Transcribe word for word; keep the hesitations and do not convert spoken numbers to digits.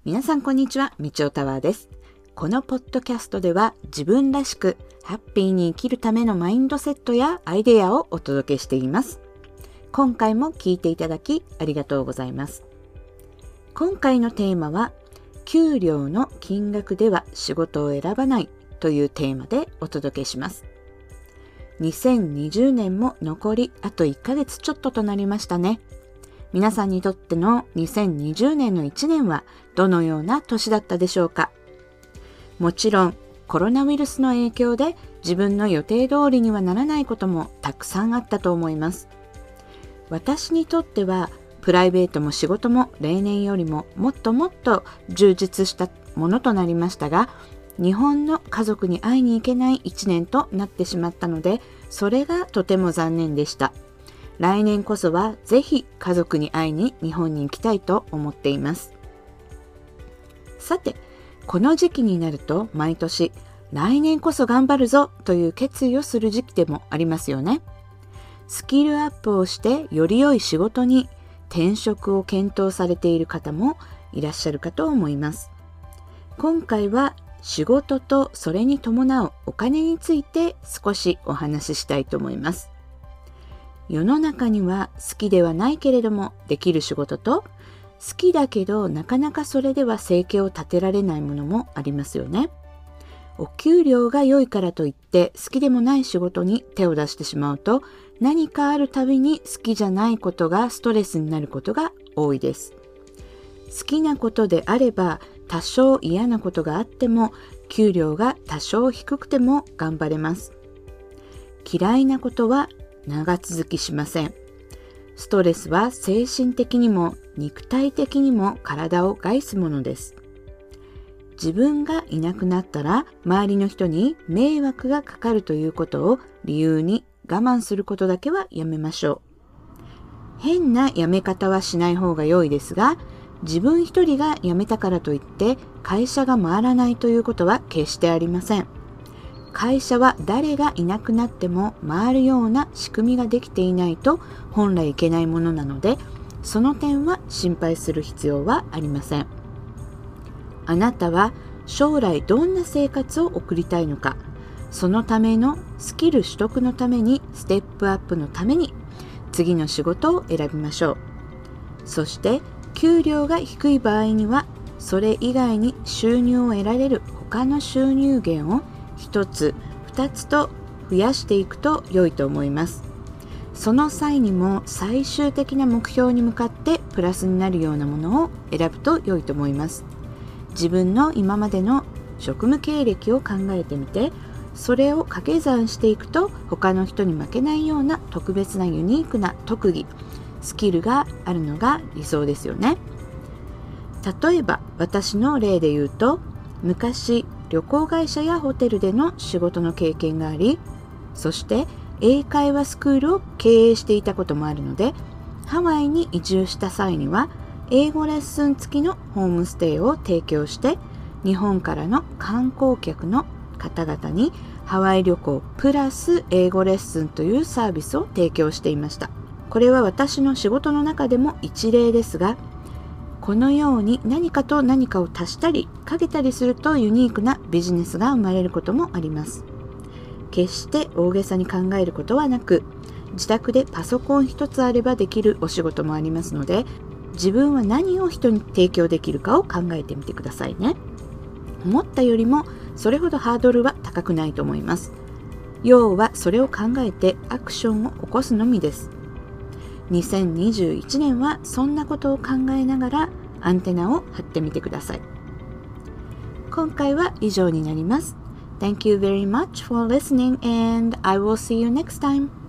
皆さんこんにちは、みちおタワーです。このポッドキャストでは自分らしくハッピーに生きるためのマインドセットやアイデアをお届けしています。今回も聞いていただきありがとうございます。今回のテーマは、給料の金額では仕事を選ばないというテーマでお届けします。にせんにじゅうねんも残りあといっかげつちょっととなりましたね。皆さんにとってのにせんにじゅうねんのいちねんはどのような年だったでしょうか。もちろんコロナウイルスの影響で自分の予定通りにはならないこともたくさんあったと思います。私にとってはプライベートも仕事も例年よりももっともっと充実したものとなりましたが、日本の家族に会いに行けないいちねんとなってしまったので、それがとても残念でした。来年こそはぜひ家族に会いに日本に行きたいと思っています。さて、この時期になると毎年来年こそ頑張るぞという決意をする時期でもありますよね。スキルアップをしてより良い仕事に転職を検討されている方もいらっしゃるかと思います。今回は仕事とそれに伴うお金について少しお話ししたいと思います。世の中には好きではないけれどもできる仕事と、好きだけどなかなかそれでは生計を立てられないものもありますよね。お給料が良いからといって好きでもない仕事に手を出してしまうと、何かあるたびに好きじゃないことがストレスになることが多いです。好きなことであれば多少嫌なことがあっても、給料が多少低くても頑張れます。嫌いなことは長続きしません。ストレスは精神的にも肉体的にも体を害すものです。自分がいなくなったら周りの人に迷惑がかかるということを理由に我慢することだけはやめましょう。変なやめ方はしない方が良いですが、自分一人が辞めたからといって会社が回らないということは決してありません。会社は誰がいなくなっても回るような仕組みができていないと本来いけないものなので、その点は心配する必要はありません。あなたは将来どんな生活を送りたいのか、そのためのスキル取得のために、ステップアップのために次の仕事を選びましょう。そして給料が低い場合には、それ以外に収入を得られる他の収入源を一つ、二つと増やしていくと良いと思います。その際にも最終的な目標に向かってプラスになるようなものを選ぶと良いと思います。自分の今までの職務経歴を考えてみて、それを掛け算していくと他の人に負けないような特別なユニークな特技、スキルがあるのが理想ですよね。例えば私の例で言うと、昔旅行会社やホテルでの仕事の経験があり、そして英会話スクールを経営していたこともあるので、ハワイに移住した際には英語レッスン付きのホームステイを提供して、日本からの観光客の方々にハワイ旅行プラス英語レッスンというサービスを提供していました。これは私の仕事の中でも一例ですが、このように何かと何かを足したりかけたりするとユニークなビジネスが生まれることもあります。決して大げさに考えることはなく、自宅でパソコン一つあればできるお仕事もありますので、自分は何を人に提供できるかを考えてみてくださいね。思ったよりもそれほどハードルは高くないと思います。要はそれを考えてアクションを起こすのみです。にせんにじゅういちねんはそんなことを考えながらアンテナを張ってみてください。今回は以上になります。Thank you very much for listening and I will see you next time.